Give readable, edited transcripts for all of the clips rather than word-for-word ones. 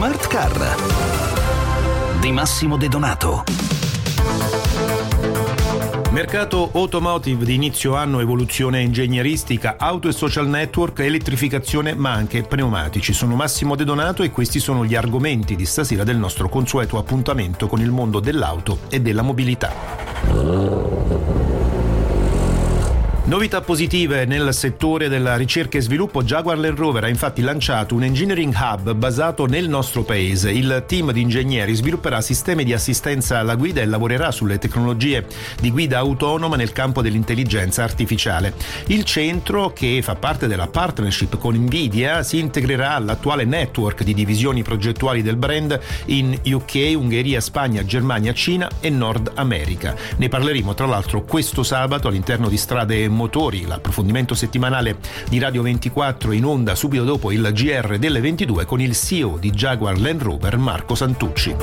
Smart Car di Massimo De Donato. Mercato automotive di inizio anno, evoluzione ingegneristica, auto e social network, elettrificazione ma anche pneumatici. Sono Massimo De Donato e questi sono gli argomenti di stasera del nostro consueto appuntamento con il mondo dell'auto e della mobilità. Novità positive nel settore della ricerca e sviluppo. Jaguar Land Rover ha infatti lanciato un engineering hub basato nel nostro paese. Il team di ingegneri svilupperà sistemi di assistenza alla guida e lavorerà sulle tecnologie di guida autonoma nel campo dell'intelligenza artificiale. Il centro, che fa parte della partnership con Nvidia, si integrerà all'attuale network di divisioni progettuali del brand in UK, Ungheria, Spagna, Germania, Cina e Nord America. Ne parleremo tra l'altro questo sabato all'interno di Strade e Motori, l'approfondimento settimanale di Radio 24 in onda subito dopo il GR delle 22 con il CEO di Jaguar Land Rover, Marco Santucci.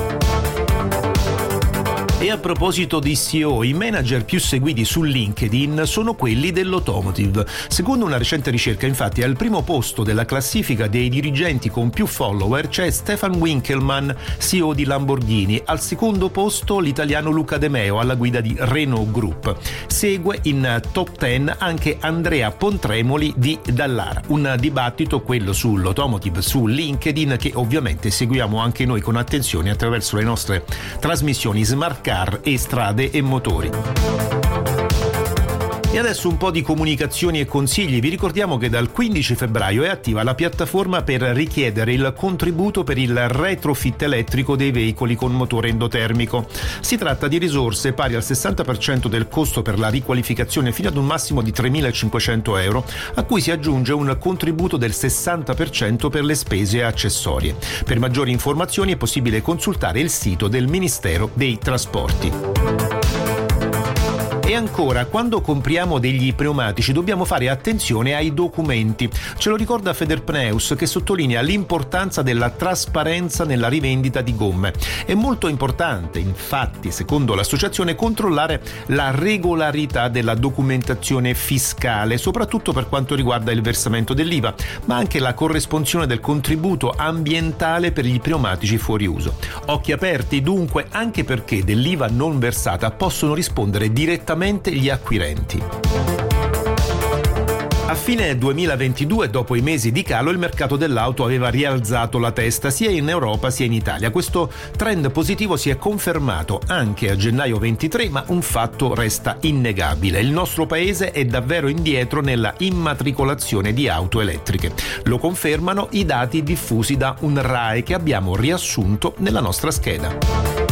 E a proposito di CEO, i manager più seguiti su LinkedIn sono quelli dell'automotive. Secondo una recente ricerca, infatti, al primo posto della classifica dei dirigenti con più follower c'è Stefan Winkelmann, CEO di Lamborghini. Al secondo posto l'italiano Luca De Meo, alla guida di Renault Group. Segue in top 10 anche Andrea Pontremoli di Dallara. Un dibattito, quello sull'automotive su LinkedIn, che ovviamente seguiamo anche noi con attenzione attraverso le nostre trasmissioni Smart Car e Strade e Motori. E adesso un po' di comunicazioni e consigli. Vi ricordiamo che dal 15 febbraio è attiva la piattaforma per richiedere il contributo per il retrofit elettrico dei veicoli con motore endotermico. Si tratta di risorse pari al 60% del costo per la riqualificazione fino ad un massimo di 3.500 euro, a cui si aggiunge un contributo del 60% per le spese accessorie. Per maggiori informazioni è possibile consultare il sito del Ministero dei Trasporti. E ancora, quando compriamo degli pneumatici dobbiamo fare attenzione ai documenti. Ce lo ricorda Federpneus, che sottolinea l'importanza della trasparenza nella rivendita di gomme. È molto importante, infatti, secondo l'associazione, controllare la regolarità della documentazione fiscale, soprattutto per quanto riguarda il versamento dell'IVA, ma anche la corresponsione del contributo ambientale per gli pneumatici fuori uso. Occhi aperti dunque, anche perché dell'IVA non versata possono rispondere direttamente gli acquirenti. A fine 2022, dopo i mesi di calo, il mercato dell'auto aveva rialzato la testa sia in Europa sia in Italia. Questo trend positivo si è confermato anche a gennaio 23, ma un fatto resta innegabile: il nostro paese è davvero indietro nella immatricolazione di auto elettriche. Lo confermano i dati diffusi da un RAE che abbiamo riassunto nella nostra scheda.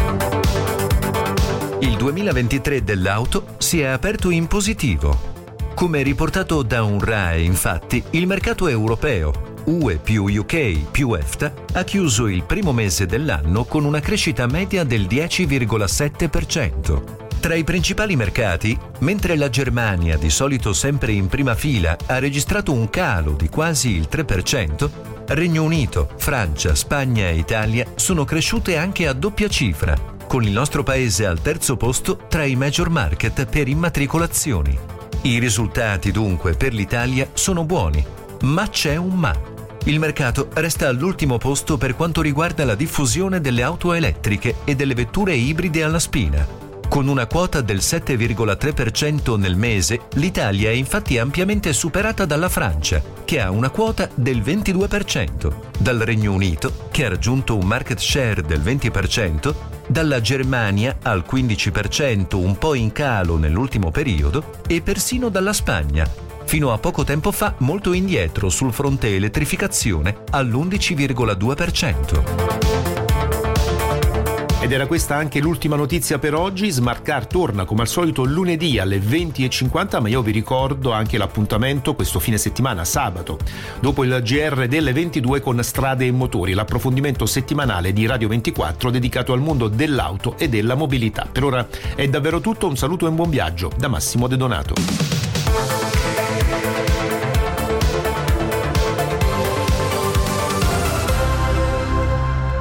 Il 2023 dell'auto si è aperto in positivo. Come riportato da un RAE, infatti, il mercato europeo, UE più UK più EFTA, ha chiuso il primo mese dell'anno con una crescita media del 10,7%. Tra i principali mercati, mentre la Germania, di solito sempre in prima fila, ha registrato un calo di quasi il 3%, Regno Unito, Francia, Spagna e Italia sono cresciute anche a doppia cifra, con il nostro paese al terzo posto tra i major market per immatricolazioni. I risultati dunque per l'Italia sono buoni, ma c'è un ma. Il mercato resta all'ultimo posto per quanto riguarda la diffusione delle auto elettriche e delle vetture ibride alla spina. Con una quota del 7,3% nel mese, l'Italia è infatti ampiamente superata dalla Francia, che ha una quota del 22%, dal Regno Unito, che ha raggiunto un market share del 20%, dalla Germania al 15%, un po' in calo nell'ultimo periodo, e persino dalla Spagna, fino a poco tempo fa molto indietro sul fronte elettrificazione all'11,2%. Ed era questa anche l'ultima notizia per oggi. Smart Car torna come al solito lunedì alle 20:50, ma io vi ricordo anche l'appuntamento questo fine settimana, sabato, dopo il GR delle 22 con Strade e Motori, l'approfondimento settimanale di Radio 24 dedicato al mondo dell'auto e della mobilità. Per ora è davvero tutto, un saluto e un buon viaggio da Massimo De Donato.